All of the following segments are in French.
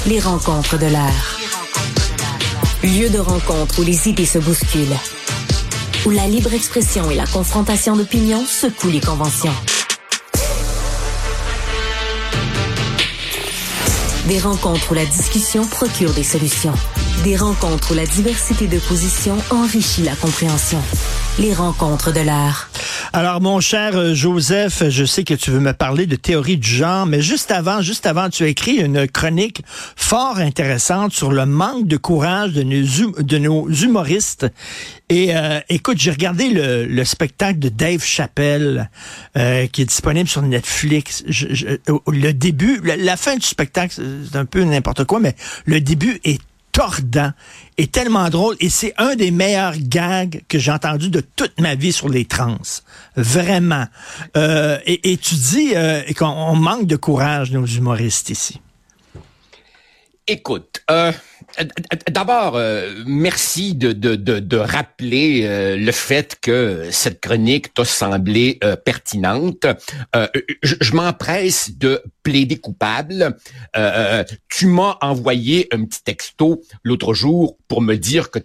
Les rencontres de l'heure. Lieu de rencontre où les idées se bousculent. Où la libre expression et la confrontation d'opinions secouent les conventions. Des rencontres où la discussion procure des solutions. Des rencontres où la diversité de positions enrichit la compréhension. Les rencontres de l'heure. Alors, mon cher Joseph, je sais que tu veux me parler de théorie du genre, mais juste avant, tu as écrit une chronique fort intéressante sur le manque de courage de nos humoristes. Et écoute, j'ai regardé le spectacle de Dave Chappelle qui est disponible sur Netflix. Le début, la fin du spectacle, c'est un peu n'importe quoi, mais le début est tordant et tellement drôle, et c'est un des meilleurs gags que j'ai entendu de toute ma vie sur les trans. Vraiment. Et tu dis qu'on manque de courage, nos humoristes ici. Écoute, d'abord, merci de rappeler le fait que cette chronique t'a semblé pertinente. Je m'empresse de plaider coupable. Tu m'as envoyé un petit texto l'autre jour pour me dire que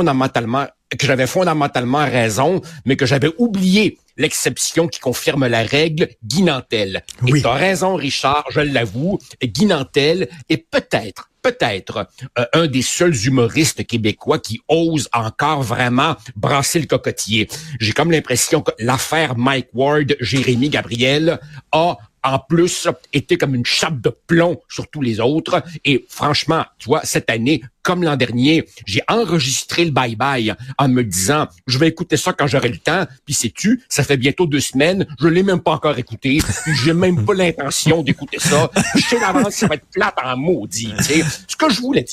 j'avais fondamentalement raison, mais que j'avais oublié l'exception qui confirme la règle, Guy Nantel. Oui. Et t'as raison, Richard, je l'avoue, Guy Nantel est peut-être un des seuls humoristes québécois qui ose encore vraiment brasser le cocotier. J'ai comme l'impression que l'affaire Mike Ward, Jérémy Gabriel a en plus été comme une chape de plomb sur tous les autres. Et franchement, tu vois, cette année, comme l'an dernier, j'ai enregistré le bye-bye en me disant, je vais écouter ça quand j'aurai le temps. Puis sais-tu, ça fait bientôt 2 semaines, je l'ai même pas encore écouté. Puis j'ai même pas l'intention d'écouter ça. Je sais d'avance, ça va être plate en maudit. Tu sais. Ce que je voulais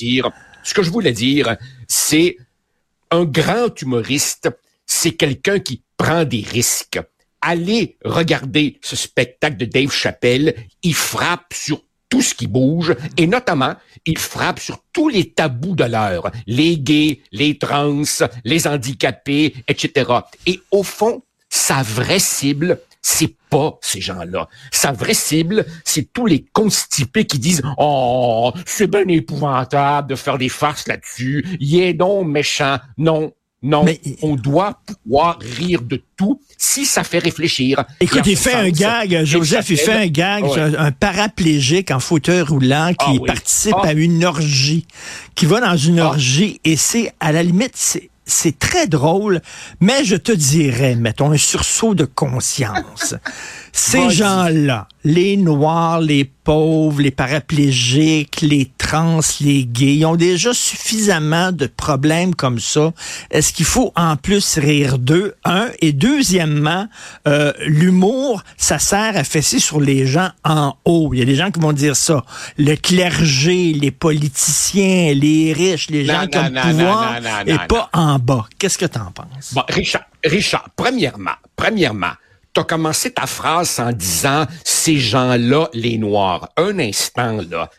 dire, c'est un grand humoriste, c'est quelqu'un qui prend des risques. Allez regarder ce spectacle de Dave Chappelle. Il frappe sur tout ce qui bouge et notamment, il frappe sur tous les tabous de l'heure. Les gays, les trans, les handicapés, etc. Et au fond, sa vraie cible, c'est pas ces gens-là. Sa vraie cible, c'est tous les constipés qui disent « Oh, c'est bien épouvantable de faire des farces là-dessus. Il est donc méchant. » Non, mais on doit pouvoir rire de tout si ça fait réfléchir. Écoute, il fait un gag, Joseph, il fait un gag, un paraplégique en fauteuil roulant qui participe à une orgie, qui va dans une orgie, et c'est, à la limite, c'est très drôle, mais je te dirais, mettons, un sursaut de conscience. Ces gens-là, les Noirs, les pauvres, les paraplégiques, les trans, les gays, ils ont déjà suffisamment de problèmes comme ça. Est-ce qu'il faut en plus rire d'eux? Et deuxièmement, l'humour, ça sert à fesser sur les gens en haut. Il y a des gens qui vont dire ça. Le clergé, les politiciens, les riches, les gens qui ont le pouvoir, et pas en bas. Qu'est-ce que t'en penses? Bon, Richard, premièrement, t'as commencé ta phrase en disant « ces gens-là, les Noirs ». Un instant, là.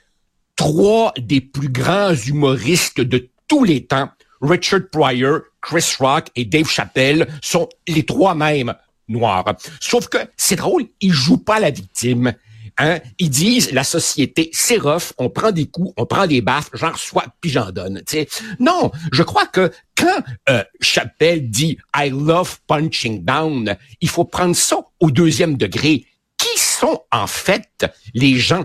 3 des plus grands humoristes de tous les temps, Richard Pryor, Chris Rock et Dave Chappelle, sont les 3 mêmes noirs. Sauf que, c'est drôle, ils jouent pas la victime. Hein? Ils disent, la société, c'est rough, on prend des coups, on prend des baffes, j'en reçois, puis j'en donne. T'sais. Non, je crois que quand Chappelle dit « I love punching down », il faut prendre ça au 2e degré. Qui sont en fait les gens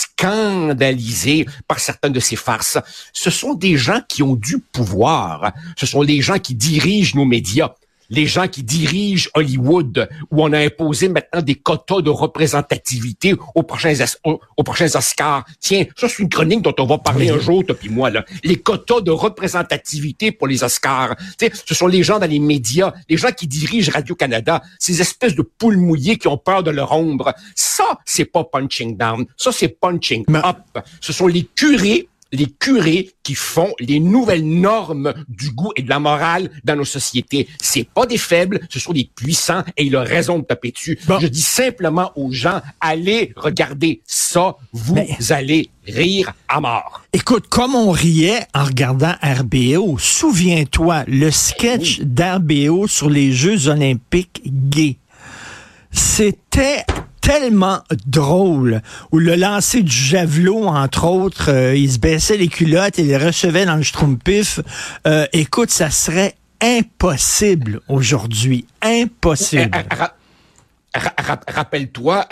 scandalisés par certaines de ces farces? Ce sont des gens qui ont du pouvoir. Ce sont les gens qui dirigent nos médias. Les gens qui dirigent Hollywood, où on a imposé maintenant des quotas de représentativité aux prochains Oscars. Tiens, ça c'est une chronique dont on va parler un jour, toi puis moi, là. Les quotas de représentativité pour les Oscars. Tu sais, ce sont les gens dans les médias, les gens qui dirigent Radio-Canada, ces espèces de poules mouillées qui ont peur de leur ombre. Ça, c'est pas punching down. Ça, c'est punching up. Ce sont les curés qui font les nouvelles normes du goût et de la morale dans nos sociétés. C'est pas des faibles, ce sont des puissants et il a raison de taper dessus. Bon. Je dis simplement aux gens, allez regarder ça, vous allez rire à mort. Écoute, comme on riait en regardant RBO, souviens-toi, le sketch d'RBO sur les Jeux olympiques gays. C'était tellement drôle, où le lancer du javelot, entre autres, il se baissait les culottes et les recevait dans le schtroumpif. Écoute, ça serait impossible aujourd'hui. Impossible. Rappelle-toi,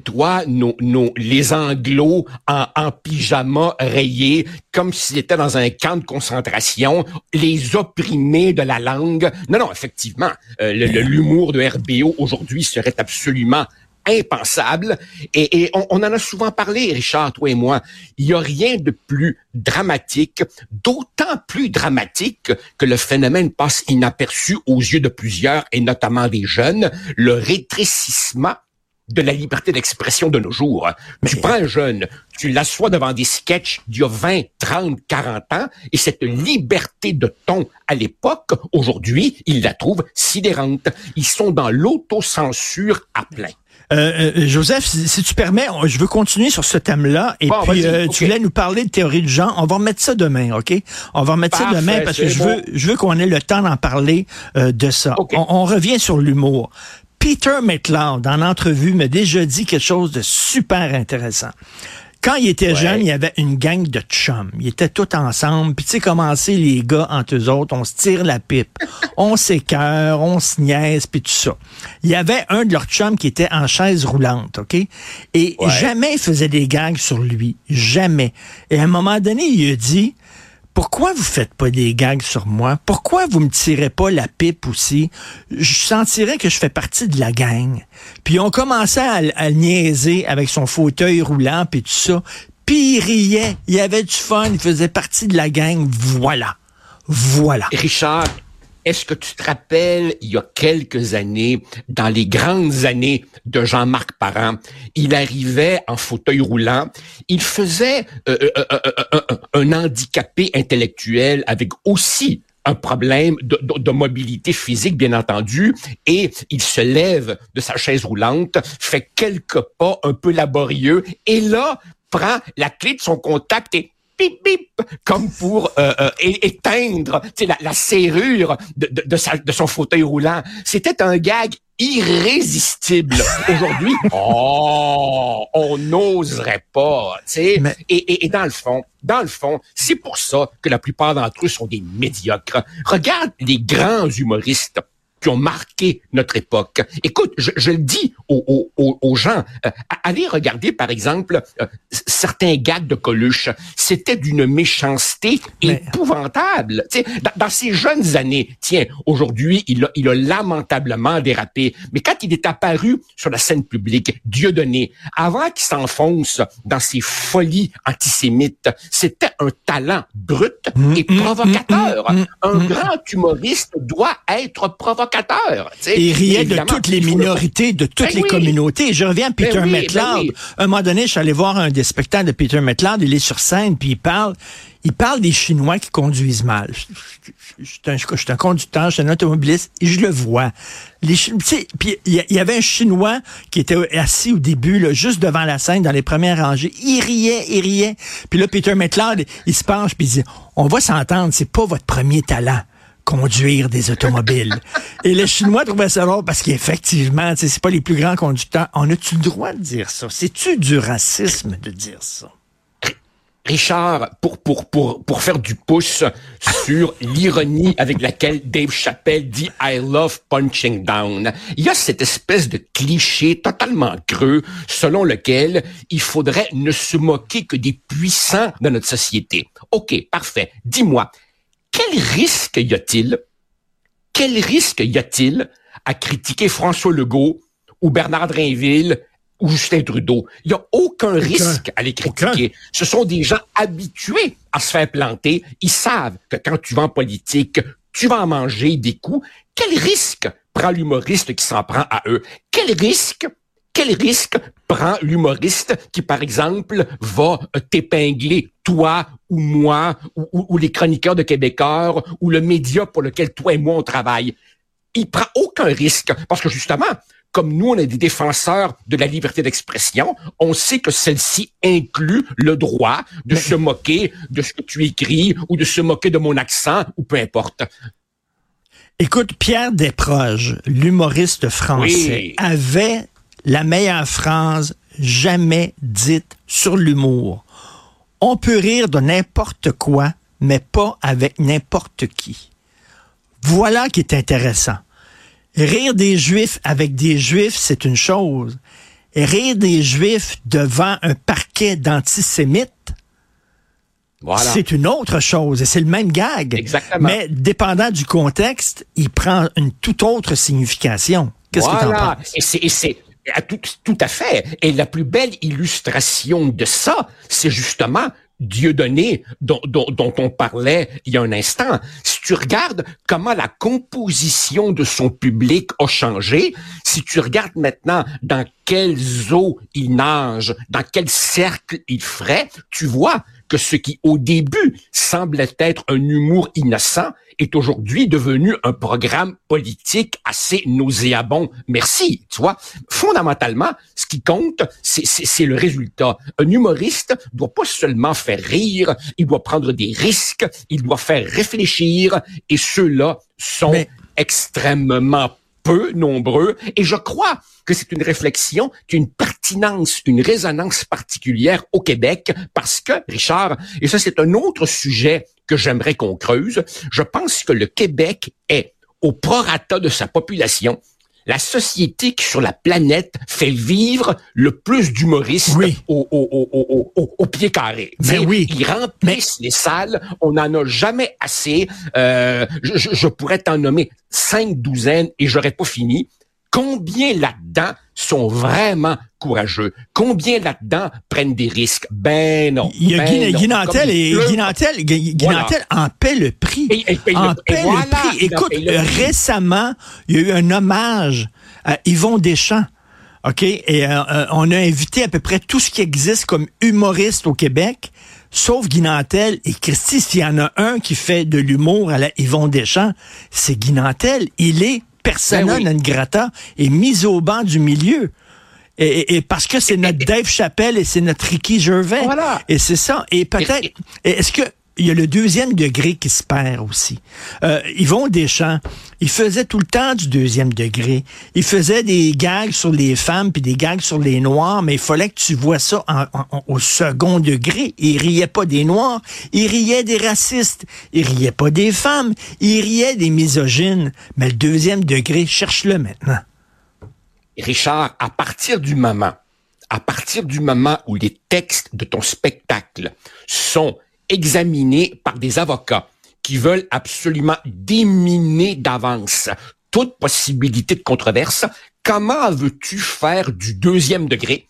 les Anglos en pyjama rayés, comme s'ils étaient dans un camp de concentration, les opprimés de la langue. Non, effectivement, l'humour de RBO aujourd'hui serait absolument impensable. Et on en a souvent parlé, Richard, toi et moi. Il n'y a rien de plus dramatique, d'autant plus dramatique que le phénomène passe inaperçu aux yeux de plusieurs, et notamment des jeunes, le rétrécissement de la liberté d'expression de nos jours. Tu prends un jeune, tu l'assois devant des sketchs d'il y a 20, 30, 40 ans, et cette liberté de ton à l'époque, aujourd'hui, ils la trouvent sidérante. Ils sont dans l'autocensure à plein. Joseph, si tu permets, je veux continuer sur ce thème-là. Et puis, tu voulais nous parler de théorie de genre. On va remettre ça demain, OK? On va remettre ça demain parce que je veux qu'on ait le temps d'en parler de ça. Okay. On revient sur l'humour. Peter McLeod, en entrevue, m'a déjà dit quelque chose de super intéressant. Quand il était jeune, il y avait une gang de chums. Ils étaient tous ensemble. Puis tu sais comment c'est, les gars, entre eux autres, on se tire la pipe. On s'écœure, on se niaise, puis tout ça. Il y avait un de leurs chums qui était en chaise roulante, OK? Et jamais il faisait des gags sur lui. Jamais. Et à un moment donné, il a dit... Pourquoi vous faites pas des gags sur moi? Pourquoi vous me tirez pas la pipe aussi? Je sentirais que je fais partie de la gang. Puis on commençait à niaiser avec son fauteuil roulant puis tout ça. Puis il riait, il avait du fun, il faisait partie de la gang. Voilà. Richard, est-ce que tu te rappelles, il y a quelques années, dans les grandes années de Jean-Marc Parent, il arrivait en fauteuil roulant, il faisait un handicapé intellectuel avec aussi un problème de mobilité physique, bien entendu, et il se lève de sa chaise roulante, fait quelques pas un peu laborieux, et là, prend la clé de son contact et bip, bip, comme pour éteindre la serrure de son fauteuil roulant. C'était un gag irrésistible. Aujourd'hui, on n'oserait pas. Mais... Et dans le fond, c'est pour ça que la plupart d'entre eux sont des médiocres. Regarde les grands humoristes qui ont marqué notre époque. Écoute, je le dis aux gens, allez regarder, par exemple, certains gags de Coluche. C'était d'une méchanceté épouvantable. Tu sais, dans ses jeunes années, tiens, aujourd'hui, il a lamentablement dérapé. Mais quand il est apparu sur la scène publique, Dieudonné, avant qu'il s'enfonce dans ses folies antisémites, c'était un talent brut et provocateur. Un grand humoriste doit être provocateur. Il riait de toutes les minorités, de toutes les communautés. Je reviens à Peter McLeod. À un moment donné, je suis allé voir un des spectacles de Peter McLeod. Il est sur scène, puis il parle des Chinois qui conduisent mal. Je suis un conducteur, je suis un automobiliste, et je le vois. Puis il y avait un Chinois qui était assis au début, là, juste devant la scène, dans les premières rangées. Il riait. Puis là, Peter McLeod, il se penche, puis il dit, on va s'entendre, c'est pas votre premier talent. Conduire des automobiles. Et le Chinois trouvait ça drôle parce qu'effectivement, c'est pas les plus grands conducteurs. On a-tu le droit de dire ça? C'est-tu du racisme de dire ça? Richard, pour faire du pouce sur l'ironie avec laquelle Dave Chappelle dit « I love punching down », il y a cette espèce de cliché totalement creux selon lequel il faudrait ne se moquer que des puissants de notre société. OK, parfait. Dis-moi, quel risque y a-t-il à critiquer François Legault ou Bernard Drinville ou Justin Trudeau? Il n'y a aucun risque à les critiquer. Ce sont des gens habitués à se faire planter. Ils savent que quand tu vas en politique, tu vas en manger des coups. Quel risque prend l'humoriste qui s'en prend à eux? Quel risque prend l'humoriste qui, par exemple, va t'épingler, toi ou moi, ou les chroniqueurs de Québécois, ou le média pour lequel toi et moi on travaille? Il prend aucun risque, parce que justement, comme nous, on est des défenseurs de la liberté d'expression, on sait que celle-ci inclut le droit de se moquer de ce que tu écris, ou de se moquer de mon accent, ou peu importe. Écoute, Pierre Desproges, l'humoriste français, avait la meilleure phrase jamais dite sur l'humour. On peut rire de n'importe quoi, mais pas avec n'importe qui. Voilà qui est intéressant. Rire des Juifs avec des Juifs, c'est une chose. Rire des Juifs devant un parquet d'antisémites, voilà, c'est une autre chose. Et c'est le même gag. Exactement. Mais dépendant du contexte, il prend une toute autre signification. Qu'est-ce que tu en penses? Et c'est tout à fait. Et la plus belle illustration de ça, c'est justement Dieudonné, dont on parlait il y a un instant. Si tu regardes comment la composition de son public a changé, si tu regardes maintenant dans quelles eaux il nage, dans quel cercle il ferait, tu vois que ce qui, au début, semblait être un humour innocent est aujourd'hui devenu un programme politique assez nauséabond. Merci, tu vois. Fondamentalement, ce qui compte, c'est le résultat. Un humoriste doit pas seulement faire rire, il doit prendre des risques, il doit faire réfléchir, et ceux-là sont extrêmement peu nombreux, et je crois que c'est une réflexion qui a une pertinence, une résonance particulière au Québec, parce que, Richard, et ça c'est un autre sujet que j'aimerais qu'on creuse, je pense que le Québec est, au prorata de sa population, la société qui sur la planète fait vivre le plus d'humoristes au pied carré. Oui. Ils remplissent les salles, on n'en a jamais assez. Je pourrais t'en nommer 5 douzaines et j'aurais pas fini. Combien là-dedans sont vraiment courageux? Combien là-dedans prennent des risques? Ben non. Il y a Guy Nantel et Guy Nantel en paie le prix. Le prix. Écoute, récemment, il y a eu un hommage à Yvon Deschamps. OK? Et on a invité à peu près tout ce qui existe comme humoriste au Québec, sauf Guy Nantel. Et Christy, s'il y en a un qui fait de l'humour à la Yvon Deschamps, c'est Guy Nantel. Il est persona non grata et mis au banc du milieu. Et parce que c'est notre Dave Chappelle et c'est notre Ricky Gervais. Voilà. Et c'est ça. Et peut-être, est-ce que il y a le deuxième degré qui se perd aussi. Yvon Deschamps, il faisait tout le temps du deuxième degré. Il faisait des gags sur les femmes puis des gags sur les Noirs, mais il fallait que tu vois ça au second degré. Il riait pas des Noirs, il riait des racistes, il riait pas des femmes, il riait des misogynes. Mais le deuxième degré, cherche-le maintenant. Richard, à partir du moment où les textes de ton spectacle sont examinés par des avocats qui veulent absolument déminer d'avance toute possibilité de controverse, comment veux-tu faire du deuxième degré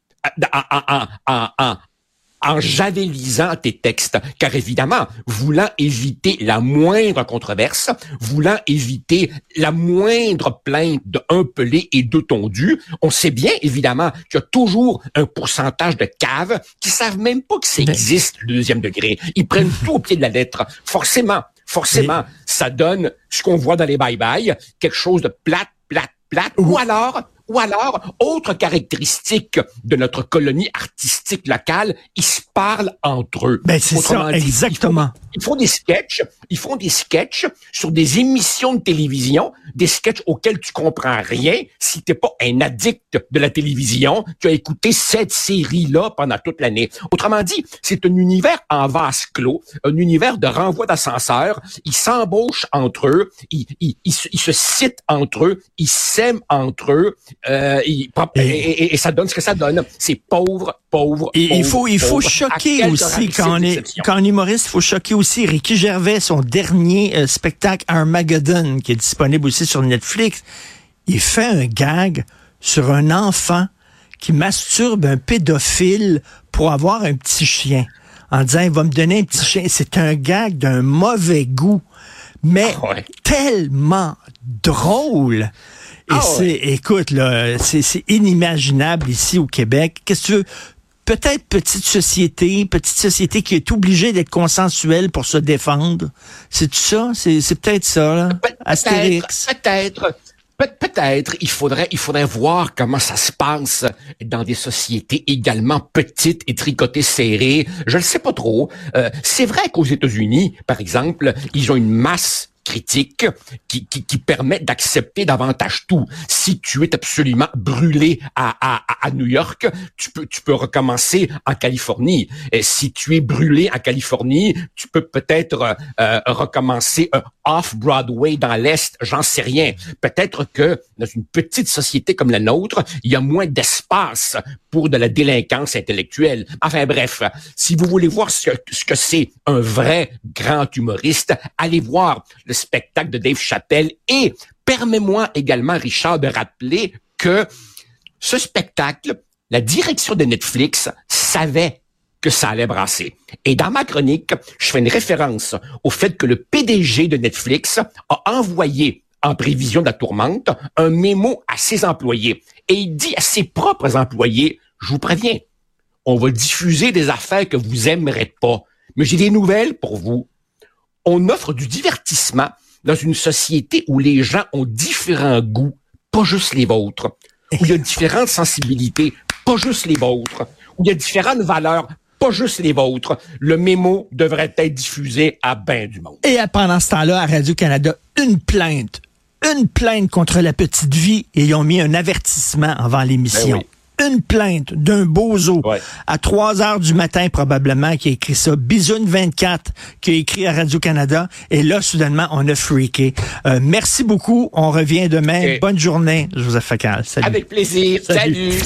en javelisant tes textes? Car évidemment, voulant éviter la moindre controverse, voulant éviter la moindre plainte de un pelé et deux tondus, on sait bien évidemment qu'il y a toujours un pourcentage de caves qui savent même pas que ça existe, le deuxième degré. Ils prennent tout au pied de la lettre. Forcément, ça donne ce qu'on voit dans les bye-bye, quelque chose de plate, ou alors, autre caractéristique de notre colonie artistique locale, ils se parlent entre eux. Ben, c'est ça, exactement. Ils font des sketchs sur des émissions de télévision, des sketchs auxquels tu comprends rien si t'es pas un addict de la télévision, tu as écouté cette série-là pendant toute l'année. Autrement dit, c'est un univers en vase clos, un univers de renvoi d'ascenseur. Ils s'embauchent entre eux, ils se citent entre eux, ils s'aiment entre eux, et ça donne ce que ça donne. C'est pauvre. Et il faut choquer aussi quand on est humoriste, il faut choquer aussi Ricky Gervais, son dernier spectacle Armageddon, qui est disponible aussi sur Netflix. Il fait un gag sur un enfant qui masturbe un pédophile pour avoir un petit chien, en disant il va me donner un petit chien. C'est un gag d'un mauvais goût, mais tellement drôle. Écoute, là, c'est inimaginable ici au Québec. Qu'est-ce que tu veux? Peut-être petite société qui est obligée d'être consensuelle pour se défendre. C'est tout ça? C'est peut-être ça, là? Astérix. Peut-être, il faudrait voir comment ça se passe dans des sociétés également petites et tricotées serrées. Je ne sais pas trop. C'est vrai qu'aux États-Unis, par exemple, ils ont une masse critique qui permet d'accepter davantage tout. Si tu es absolument brûlé à New York, tu peux recommencer en Californie. Et si tu es brûlé en Californie, tu peux peut-être recommencer off-Broadway dans l'Est, j'en sais rien. Peut-être que dans une petite société comme la nôtre, il y a moins d'espace pour de la délinquance intellectuelle. Enfin bref, si vous voulez voir ce que c'est un vrai grand humoriste, allez voir le spectacle de Dave Chappelle et permets-moi également, Richard, de rappeler que ce spectacle, la direction de Netflix savait que ça allait brasser. Et dans ma chronique, je fais une référence au fait que le PDG de Netflix a envoyé, en prévision de la tourmente, un mémo à ses employés. Et il dit à ses propres employés, je vous préviens, on va diffuser des affaires que vous aimerez pas. Mais j'ai des nouvelles pour vous. On offre du divertissement dans une société où les gens ont différents goûts, pas juste les vôtres. Où il y a différentes sensibilités, pas juste les vôtres. Où il y a différentes valeurs, pas juste les vôtres. Le mémo devrait être diffusé à ben du monde. Et pendant ce temps-là, à Radio-Canada, une plainte contre La Petite Vie, et ils ont mis un avertissement avant l'émission. Ben oui. Une plainte d'un bozo à 3h du matin probablement qui a écrit ça. Bisoune 24 qui a écrit à Radio-Canada. Et là, soudainement, on a freaké. Merci beaucoup. On revient demain. Bonne journée, Joseph Facal. Salut. Avec plaisir. Salut.